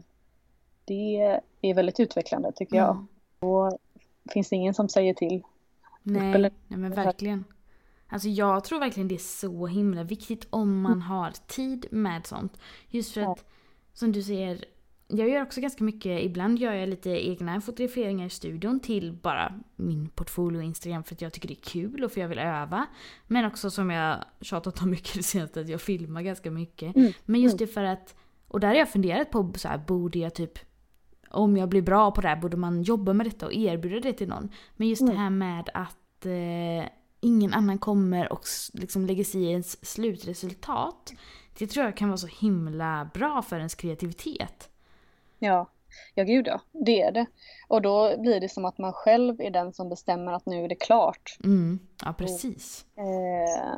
S2: det är väldigt utvecklande tycker jag.
S1: Mm.
S2: Och finns det ingen som säger till.
S1: Nej,
S2: Eller-
S1: nej men verkligen. Alltså jag tror verkligen det är så himla viktigt om man har tid med sånt. Just för
S2: Ja.
S1: att, som du säger, jag gör också ganska mycket, ibland gör jag lite egna fotograferingar i studion till bara min portfolio och Instagram för att jag tycker det är kul och för jag vill öva. Men också som jag tjatat om mycket det senaste, att jag filmar ganska mycket.
S2: Mm.
S1: Men just det för att, och där har jag funderat på så här, borde jag typ, om jag blir bra på det här, borde man jobba med detta och erbjuda det till någon. Men just
S2: Mm.
S1: det här med att eh, ingen annan kommer och s- liksom lägger sig i ens slutresultat. Det tror jag kan vara så himla bra för ens kreativitet.
S2: Ja, ja gud ja, det är det. Och då blir det som att man själv är den som bestämmer att nu är det klart.
S1: Mm, ja precis.
S2: Eh,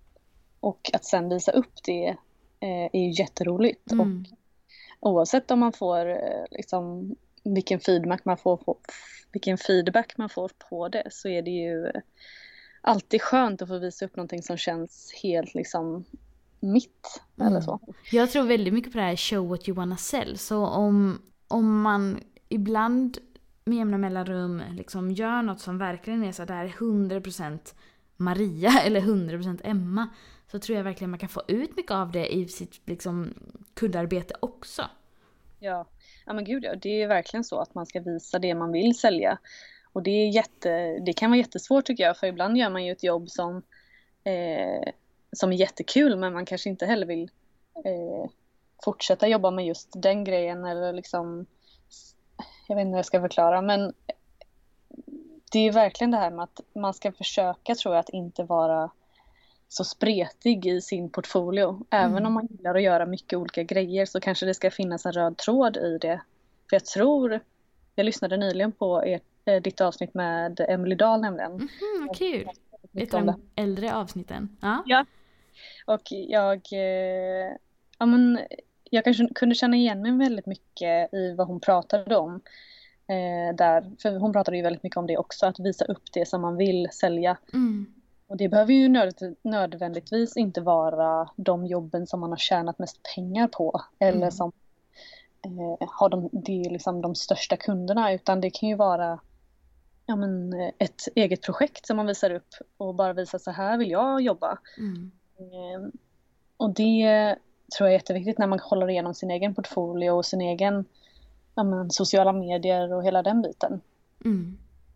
S2: och att sen visa upp det eh, är ju jätteroligt.
S1: Mm.
S2: Och oavsett om man får eh, liksom, vilken feedback man får på, vilken feedback man får på det, så är det ju alltid skönt att få visa upp någonting som känns helt liksom mitt eller
S1: Mm.
S2: så.
S1: Jag tror väldigt mycket på det här show what you wanna sell. Så om, om man ibland med jämna mellanrum liksom gör något som verkligen är så att det här är hundra procent Maria eller hundra procent Emma, så tror jag verkligen man kan få ut mycket av det i sitt liksom kundarbete också.
S2: Ja, ja men gud ja, det är verkligen så att man ska visa det man vill sälja. Och det är jätte, det kan vara jättesvårt tycker jag, för ibland gör man ju ett jobb som, eh, som är jättekul, men man kanske inte heller vill eh, fortsätta jobba med just den grejen eller liksom, jag vet inte hur jag ska förklara, men det är verkligen det här med att man ska försöka, tror jag, att inte vara så spretig i sin portfolio. Även
S1: Mm.
S2: om man gillar att göra mycket olika grejer, så kanske det ska finnas en röd tråd i det. För jag tror, jag lyssnade nyligen på ert, eh, ditt avsnitt med Emily Dahl nämligen.
S1: Mhm, vad kul. Ett
S2: Mycket
S1: av
S2: om det.
S1: de äldre avsnitten. Ja.
S2: Ja. Och jag, eh, ja, men, jag kanske kunde känna igen mig väldigt mycket i vad hon pratade om. Eh, där. För hon pratade ju väldigt mycket om det också, att visa upp det som man vill sälja.
S1: Mm.
S2: Och det behöver ju nöd- nödvändigtvis inte vara de jobben som man har tjänat mest pengar på. Eller
S1: Mm.
S2: som eh, har de, det är liksom de största kunderna. Utan det kan ju vara ja, men, ett eget projekt som man visar upp. Och bara visa, så här vill jag jobba.
S1: Mm.
S2: Eh, och det tror jag är jätteviktigt när man håller igenom sin egen portfolio och sin egen ja, men, sociala medier och hela den biten.
S1: Mm.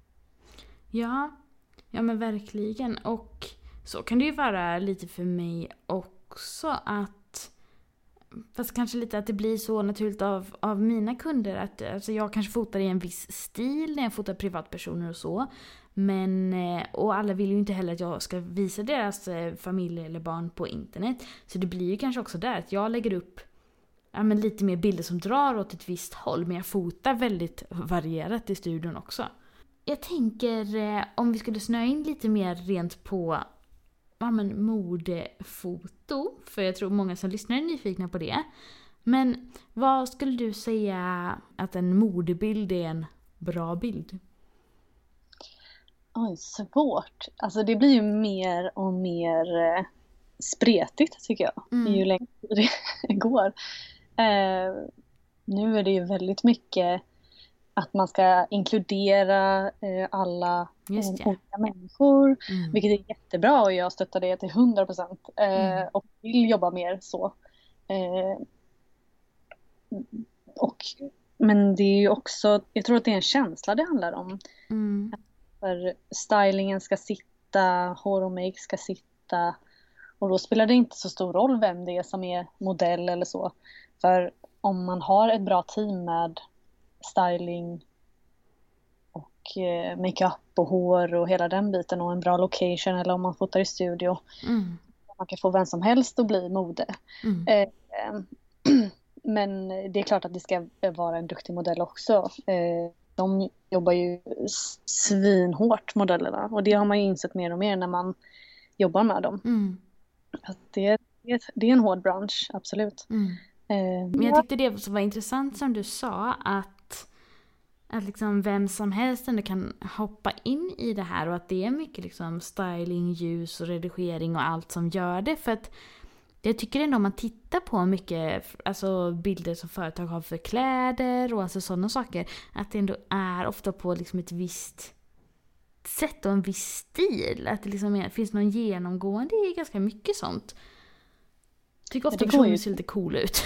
S1: Ja, ja men verkligen. Och så kan det ju vara lite för mig också att, fast kanske lite att det blir så naturligt av, av mina kunder att alltså jag kanske fotar i en viss stil när jag fotar privatpersoner och så. Men, eh, och alla vill ju inte heller att jag ska visa deras eh, familj eller barn på internet. Så det blir ju kanske också där att jag lägger upp ja, men lite mer bilder som drar åt ett visst håll. Men jag fotar väldigt varierat i studion också. Jag tänker eh, om vi skulle snöa in lite mer rent på ja, men modefoto. För jag tror många som lyssnar är nyfikna på det. Men vad skulle du säga att en modebild är en bra bild?
S2: Oj, svårt. Alltså det blir ju mer och mer eh, spretigt tycker jag.
S1: Mm.
S2: Ju längre det går. Eh, nu är det ju väldigt mycket att man ska inkludera eh, alla
S1: Just
S2: eh,
S1: det.
S2: olika människor.
S1: Mm.
S2: Vilket är jättebra och jag stöttar det till hundra procent. Eh,
S1: Mm.
S2: och vill jobba mer så. Eh, och, men det är ju också, jag tror att det är en känsla det handlar om.
S1: Mm.
S2: För stylingen ska sitta, hår och make ska sitta. Och då spelar det inte så stor roll vem det är som är modell eller så. För om man har ett bra team med styling och eh, makeup och hår och hela den biten och en bra location, eller om man fotar i studio.
S1: Mm.
S2: Man kan få vem som helst att bli mode.
S1: Mm.
S2: Eh, men det är klart att det ska vara en duktig modell också. Eh, de jobbar ju svinhårt, modellerna. Och det har man ju insett mer och mer när man jobbar med dem.
S1: Mm.
S2: Att det, det, det är en hård bransch, absolut.
S1: Mm.
S2: Eh,
S1: Men jag tyckte det var intressant som du sa, att, att liksom vem som helst ändå kan hoppa in i det här, och att det är mycket liksom styling, ljus och redigering och allt som gör det. För att jag tycker ändå, om man tittar på mycket alltså bilder som företag har för kläder och alltså sådana saker, att det ändå är ofta på liksom ett visst sätt och en viss stil. Att det liksom är, finns någon genomgående i ganska mycket sånt. Jag tycker ofta personer ju... ser lite cool ut.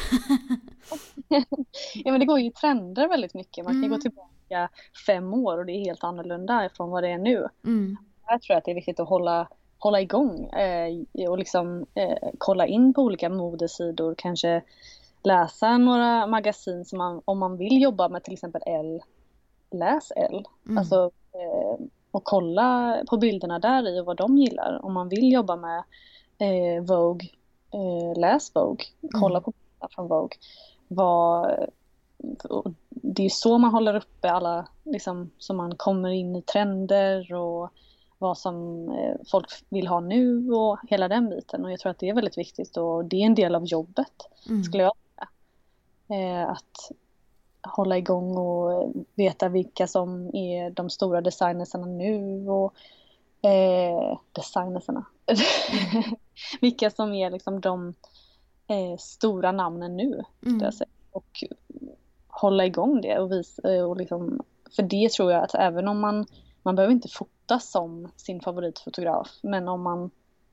S2: Ja, men det går ju trender väldigt mycket. Man kan
S1: Mm.
S2: gå tillbaka fem år och det är helt annorlunda från vad det är nu.
S1: Mm.
S2: Jag tror att det är viktigt att hålla, hålla igång eh, och liksom eh, kolla in på olika modesidor. Kanske läsa några magasin som man, om man vill jobba med till exempel L, läs L.
S1: Mm.
S2: Alltså, eh, och kolla på bilderna där i och vad de gillar. Om man vill jobba med eh, Vogue, eh, läs Vogue. Kolla
S1: Mm.
S2: på bilderna från Vogue. Vad, det är ju så man håller uppe alla, liksom, så man kommer in i trender och vad som eh, folk vill ha nu och hela den biten. Och jag tror att det är väldigt viktigt, och det är en del av jobbet,
S1: Mm.
S2: skulle jag säga. Eh, att hålla igång och veta vilka som är de stora designerserna nu och eh, designerserna. Vilka som är liksom de eh, stora namnen nu, skulle
S1: Mm.
S2: jag säga. Och hålla igång det och visa, och liksom, för det tror jag att även om man man behöver inte fota som sin favoritfotograf, men om man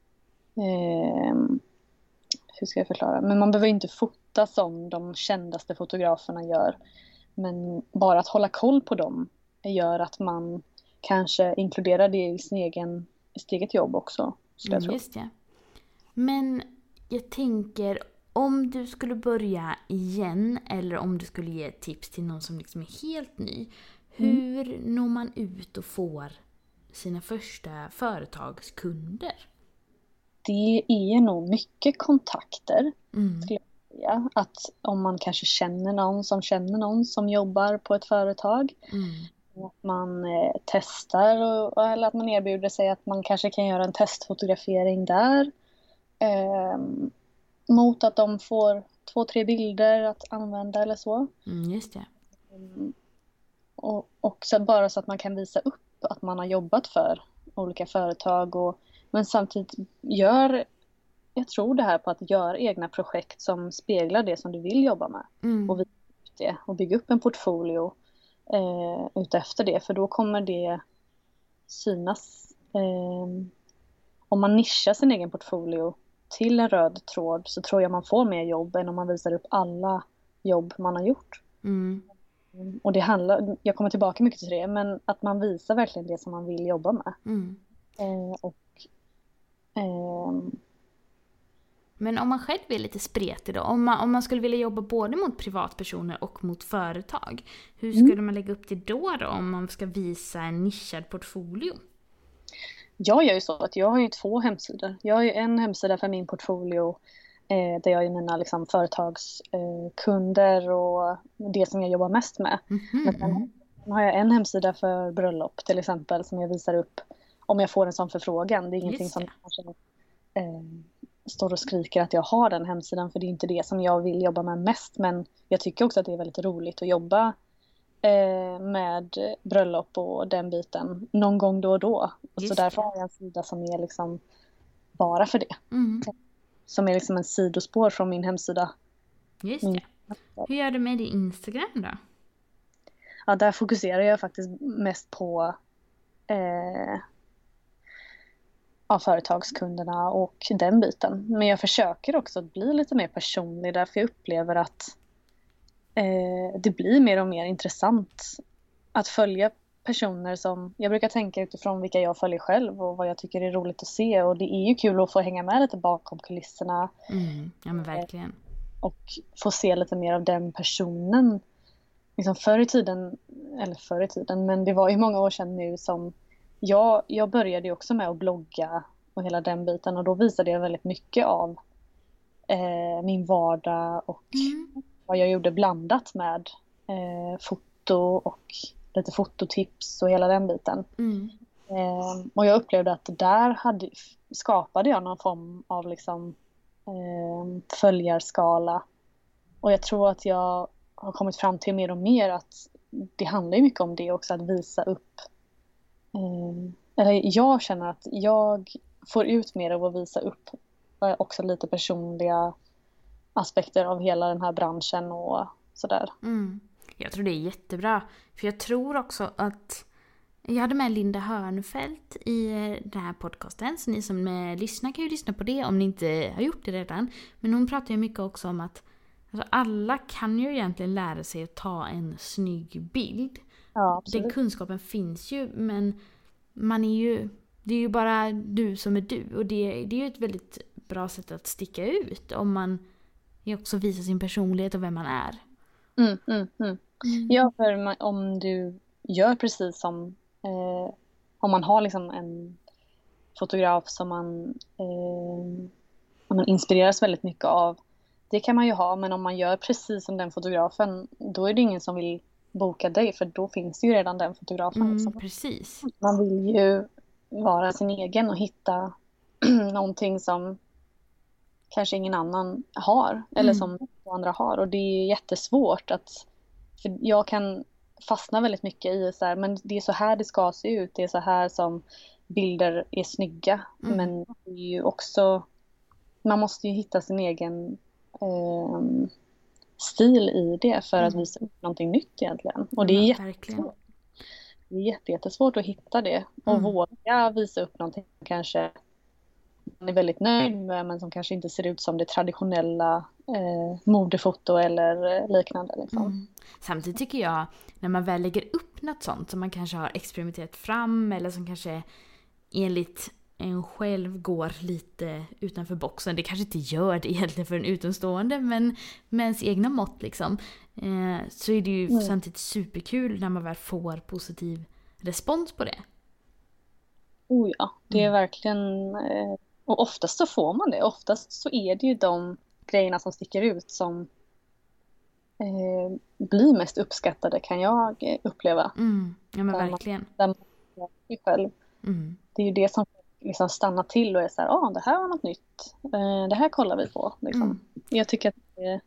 S2: eh, hur ska jag förklara, men man behöver inte fota som de kändaste fotograferna gör, men bara att hålla koll på dem gör att man kanske inkluderar det i sin egen, i sitt eget jobb också, skulle jag
S1: Mm,
S2: tro.
S1: just det. Men jag tänker, om du skulle börja igen, eller om du skulle ge ett tips till någon som liksom är helt ny, hur mm. når man ut och får sina första företagskunder?
S2: Det är nog mycket kontakter,
S1: Mm.
S2: skulle jag säga. Att om man kanske känner någon som känner någon som jobbar på ett företag,
S1: Mm.
S2: att man eh, testar och, eller att man erbjuder sig att man kanske kan göra en testfotografering där. Eh, mot att de får två, tre bilder att använda eller så.
S1: Mm, just det.
S2: Mm. Och också bara så att man kan visa upp att man har jobbat för olika företag. Och, men samtidigt gör, jag tror det här på att göra egna projekt som speglar det som du vill jobba med.
S1: Mm.
S2: Och visa upp det och bygga upp en portfolio eh, utefter det. För då kommer det synas. Eh, om man nischar sin egen portfolio till en röd tråd, så tror jag man får mer jobb än om man visar upp alla jobb man har gjort.
S1: Mm.
S2: Och det handlar, jag kommer tillbaka mycket till det, men att man visar verkligen det som man vill jobba med.
S1: Mm.
S2: Eh, och, eh,
S1: Men om man själv är lite spretig då, om man, om man skulle vilja jobba både mot privatpersoner och mot företag, hur skulle mm. man lägga upp det då, då om man ska visa en nischad portfolio?
S2: Jag gör ju så att jag har ju två hemsidor. Jag har ju en hemsida för min portfolio eh, där jag är mina liksom, företagskunder eh, och det som jag jobbar mest med.
S1: Mm-hmm.
S2: Men sen, sen har jag en hemsida för bröllop till exempel, som jag visar upp om jag får en sån förfrågan. Det är ingenting som jag kanske eh, står och skriker att jag har den hemsidan, för det är inte det som jag vill jobba med mest. Men jag tycker också att det är väldigt roligt att jobba med bröllop och den biten någon gång då och då. Och så därför har jag en sida som är liksom bara för det.
S1: Mm.
S2: Som är liksom en sidospår från min hemsida.
S1: Just det. Hur gör du med din Instagram då?
S2: Ja, där fokuserar jag faktiskt mest på eh, ja, företagskunderna och den biten. Men jag försöker också att bli lite mer personlig, därför jag upplever att Eh, det blir mer och mer intressant att följa personer som, jag brukar tänka utifrån vilka jag följer själv och vad jag tycker är roligt att se, och det är ju kul att få hänga med lite bakom kulisserna.
S1: Mm, ja men verkligen.
S2: Eh, och få se lite mer av den personen. Liksom förr i tiden, eller förr i tiden, men det var ju många år sedan nu som jag, jag började ju också med att blogga och hela den biten, och då visade jag väldigt mycket av eh, min vardag och mm. vad jag gjorde blandat med eh, foto och lite fototips och hela den biten.
S1: Mm.
S2: Eh, och jag upplevde att där hade, skapade jag någon form av liksom, eh, följarskala. Och jag tror att jag har kommit fram till mer och mer att det handlar ju mycket om det också, att visa upp. Eh, eller jag känner att jag får ut mer av att visa upp eh, också lite personliga aspekter av hela den här branschen och sådär.
S1: Mm. Jag tror det är jättebra. För jag tror också att jag hade med Linda Hörnfeldt i den här podcasten. Så ni som eh, lyssnar kan ju lyssna på det om ni inte har gjort det redan. Men hon pratar ju mycket också om att alltså, alla kan ju egentligen lära sig att ta en snygg bild.
S2: Ja, absolut.
S1: Den kunskapen finns ju, men man är ju, det är ju bara du som är du. Och det, det är ju ett väldigt bra sätt att sticka ut om man också visar sin personlighet och vem man är.
S2: Mm, mm, mm.
S1: Mm.
S2: Ja, för man, om du gör precis som eh, om man har liksom en fotograf som man, eh, man inspireras väldigt mycket av, det kan man ju ha, men om man gör precis som den fotografen, då är det ingen som vill boka dig, för då finns det ju redan den fotografen.
S1: Mm,
S2: liksom.
S1: precis.
S2: Man vill ju vara sin egen och hitta någonting som kanske ingen annan har, eller
S1: Mm.
S2: som andra har, och det är jättesvårt att, för jag kan fastna väldigt mycket i så här, men det är så här det ska se ut, det är så här som bilder är snygga,
S1: Mm.
S2: men det är ju också, man måste ju hitta sin egen eh, stil i det för att
S1: Mm.
S2: visa upp någonting nytt egentligen, och det är
S1: Ja,
S2: jätte,
S1: verkligen.
S2: det är jätte, jättesvårt att hitta det och
S1: Mm.
S2: våga visa upp någonting som kanske man är väldigt nöjd med, men som kanske inte ser ut som det traditionella eh, modefoto eller eh, liknande. Liksom.
S1: Mm. Samtidigt tycker jag, när man väl lägger upp något sånt som man kanske har experimenterat fram eller som kanske enligt en själv går lite utanför boxen, det kanske inte gör det egentligen för en utomstående, men med ens egna mått liksom, eh, så är det ju
S2: Mm.
S1: samtidigt superkul när man väl får positiv respons på det.
S2: Oh ja, det är
S1: Mm.
S2: verkligen, eh, och oftast så får man det. Oftast så är det ju de grejerna som sticker ut som eh, blir mest uppskattade, kan jag eh, uppleva.
S1: Mm. Ja, men
S2: Där man-
S1: verkligen.
S2: Där man är sig själv.
S1: Mm.
S2: Det är ju det som liksom stannar till och är så här, ah, det här var något nytt. Eh, det här kollar vi på. Liksom.
S1: Mm.
S2: Jag tycker att det är,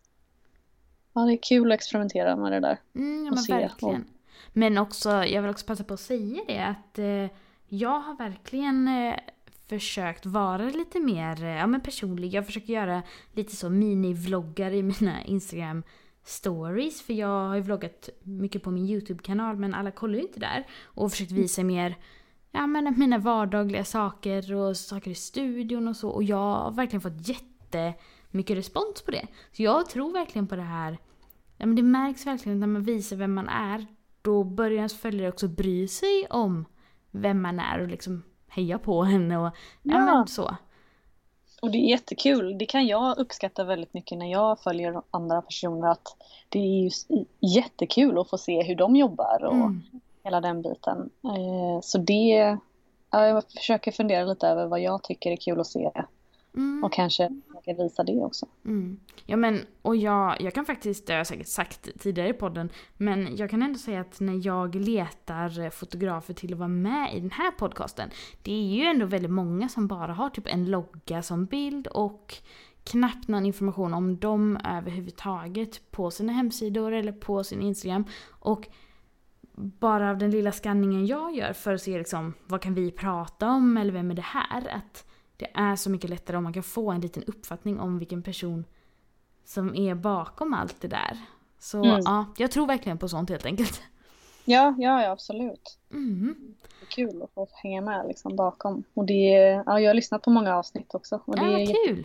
S2: ja, det är kul att experimentera med det där.
S1: Mm, ja,
S2: och
S1: men
S2: se.
S1: verkligen. Men också, jag vill också passa på att säga det, att eh, jag har verkligen eh, försökt vara lite mer eh, ja, men personlig. Jag försöker göra lite så mini-vloggar i mina Instagram stories, för jag har ju vloggat mycket på min YouTube-kanal, men alla kollar ju inte där, och försökt visa mer ja, men mina vardagliga saker och saker i studion och så, och jag har verkligen fått jättemycket respons på det. Så jag tror verkligen på det här. Ja, men det märks verkligen när man visar vem man är, då börjar ens följare också bry sig om vem man är och liksom heja på henne och ja,
S2: Ja.
S1: men så.
S2: Och det är jättekul. Det kan jag uppskatta väldigt mycket när jag följer andra personer, att det är ju jättekul att få se hur de jobbar och
S1: Mm.
S2: hela den biten. Eh, så det, ja, jag försöker fundera lite över vad jag tycker är kul att se
S1: Mm.
S2: och kanske försöka visa det också.
S1: Mm. Ja, men och jag, jag kan faktiskt, det har jag säkert sagt tidigare i podden, men jag kan ändå säga att när jag letar fotografer till att vara med i den här podcasten, det är ju ändå väldigt många som bara har typ en logga som bild och knappt någon information om dem överhuvudtaget på sina hemsidor eller på sin Instagram, och bara av den lilla skanningen jag gör för att se liksom, vad kan vi prata om eller vem är det här, att det är så mycket lättare om man kan få en liten uppfattning om vilken person som är bakom allt det där. Så
S2: Mm.
S1: ja, jag tror verkligen på sånt helt enkelt.
S2: Ja, ja, ja, absolut.
S1: Mm.
S2: Det är kul att få hänga med liksom bakom. Och det är, ja, jag har lyssnat på många avsnitt också. Och det
S1: Ja,
S2: är
S1: vad
S2: jätte-
S1: kul.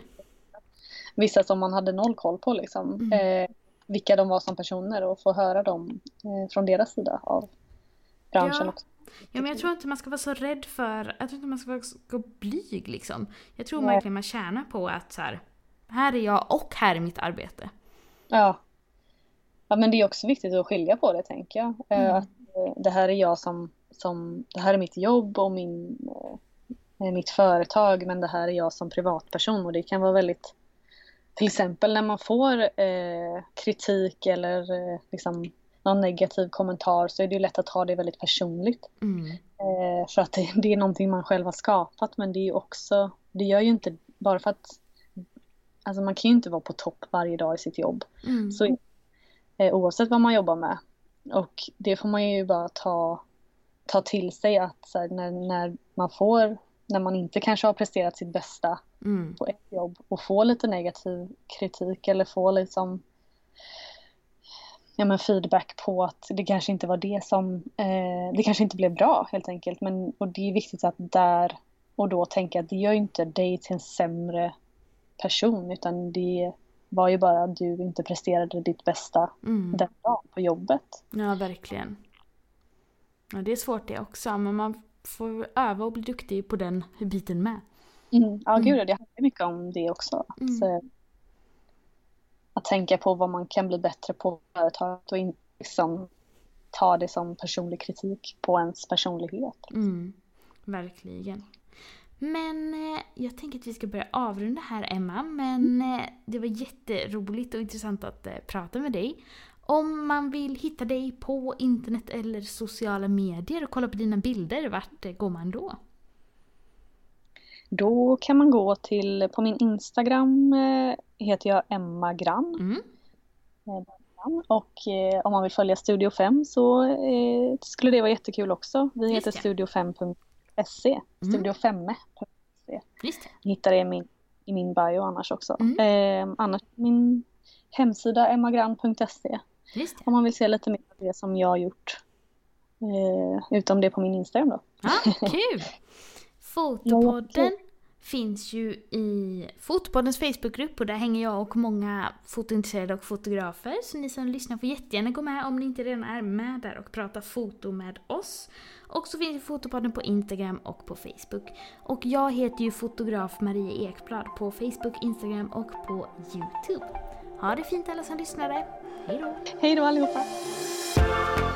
S2: vissa som man hade noll koll på liksom.
S1: Mm.
S2: Eh, vilka de var som personer, och få höra dem eh, från deras sida av branschen
S1: Ja.
S2: också.
S1: Ja, men jag tror inte man ska vara så rädd för, jag tror inte man ska vara så blyg liksom. Jag tror
S2: Nej.
S1: verkligen man tjänar på att så här, här är jag och här är mitt arbete.
S2: Ja. Ja, men det är också viktigt att skilja på det, tänker jag. Eh,
S1: Mm.
S2: Att eh, det här är jag som, som, det här är mitt jobb och min, eh, mitt företag, men det här är jag som privatperson, och det kan vara väldigt, till exempel när man får eh, kritik eller eh, liksom, någon negativ kommentar så är det ju lätt att ta det väldigt personligt.
S1: Mm.
S2: Eh, för att det, det är någonting man själv har skapat, men det är ju också, det gör ju inte bara för att, alltså man kan ju inte vara på topp varje dag i sitt jobb.
S1: Mm.
S2: Så eh, oavsett vad man jobbar med. Och det får man ju bara ta, ta till sig att så här, när, när man får, när man inte kanske har presterat sitt bästa
S1: Mm.
S2: på ett jobb och få lite negativ kritik eller få liksom ja, men feedback på att det kanske inte var det som eh, det kanske inte blev bra helt enkelt, men och det är viktigt att där och då tänka att det gör inte dig till en sämre person, utan det var ju bara att du inte presterade ditt bästa
S1: Mm.
S2: den dagen på jobbet.
S1: Ja, verkligen. Ja, det är svårt det också, men man får öva och bli duktig på den biten med.
S2: Mm. Ja,
S1: Mm.
S2: gud, det handlar mycket om det också.
S1: Mm.
S2: Så, att tänka på vad man kan bli bättre på företaget och inte liksom ta det som personlig kritik på ens personlighet.
S1: Mm. Verkligen. Men eh, jag tänker att vi ska börja avrunda här, Emma. Men eh, det var jätteroligt och intressant att eh, prata med dig. Om man vill hitta dig på internet eller sociala medier och kolla på dina bilder, vart eh, går man då?
S2: Då kan man gå till, på min Instagram eh, heter jag Emma Grann.
S1: Mm.
S2: Eh, och eh, om man vill följa Studio fem så eh, skulle det vara jättekul också. Vi
S1: Just
S2: heter
S1: det.
S2: studio fem punkt se.
S1: Mm.
S2: studio fem punkt se.
S1: Just det.
S2: Ni hittar det i min, i min bio annars också.
S1: Mm.
S2: Eh, annars min hemsida emmagrann punkt se.
S1: Just det.
S2: Om man vill se lite mer av det som jag har gjort. Eh, utom det på min Instagram då.
S1: Ah, kul! Fotopodden finns ju i Fotopoddens Facebookgrupp och där hänger jag och många fotointresserade och fotografer. Så ni som lyssnar får jättegärna gå med om ni inte redan är med där och prata foto med oss. Och så finns ju Fotopodden på Instagram och på Facebook. Och jag heter ju fotograf Maria Ekblad på Facebook, Instagram och på YouTube. Ha det fint alla som lyssnade. Hej då!
S2: Hej då allihopa!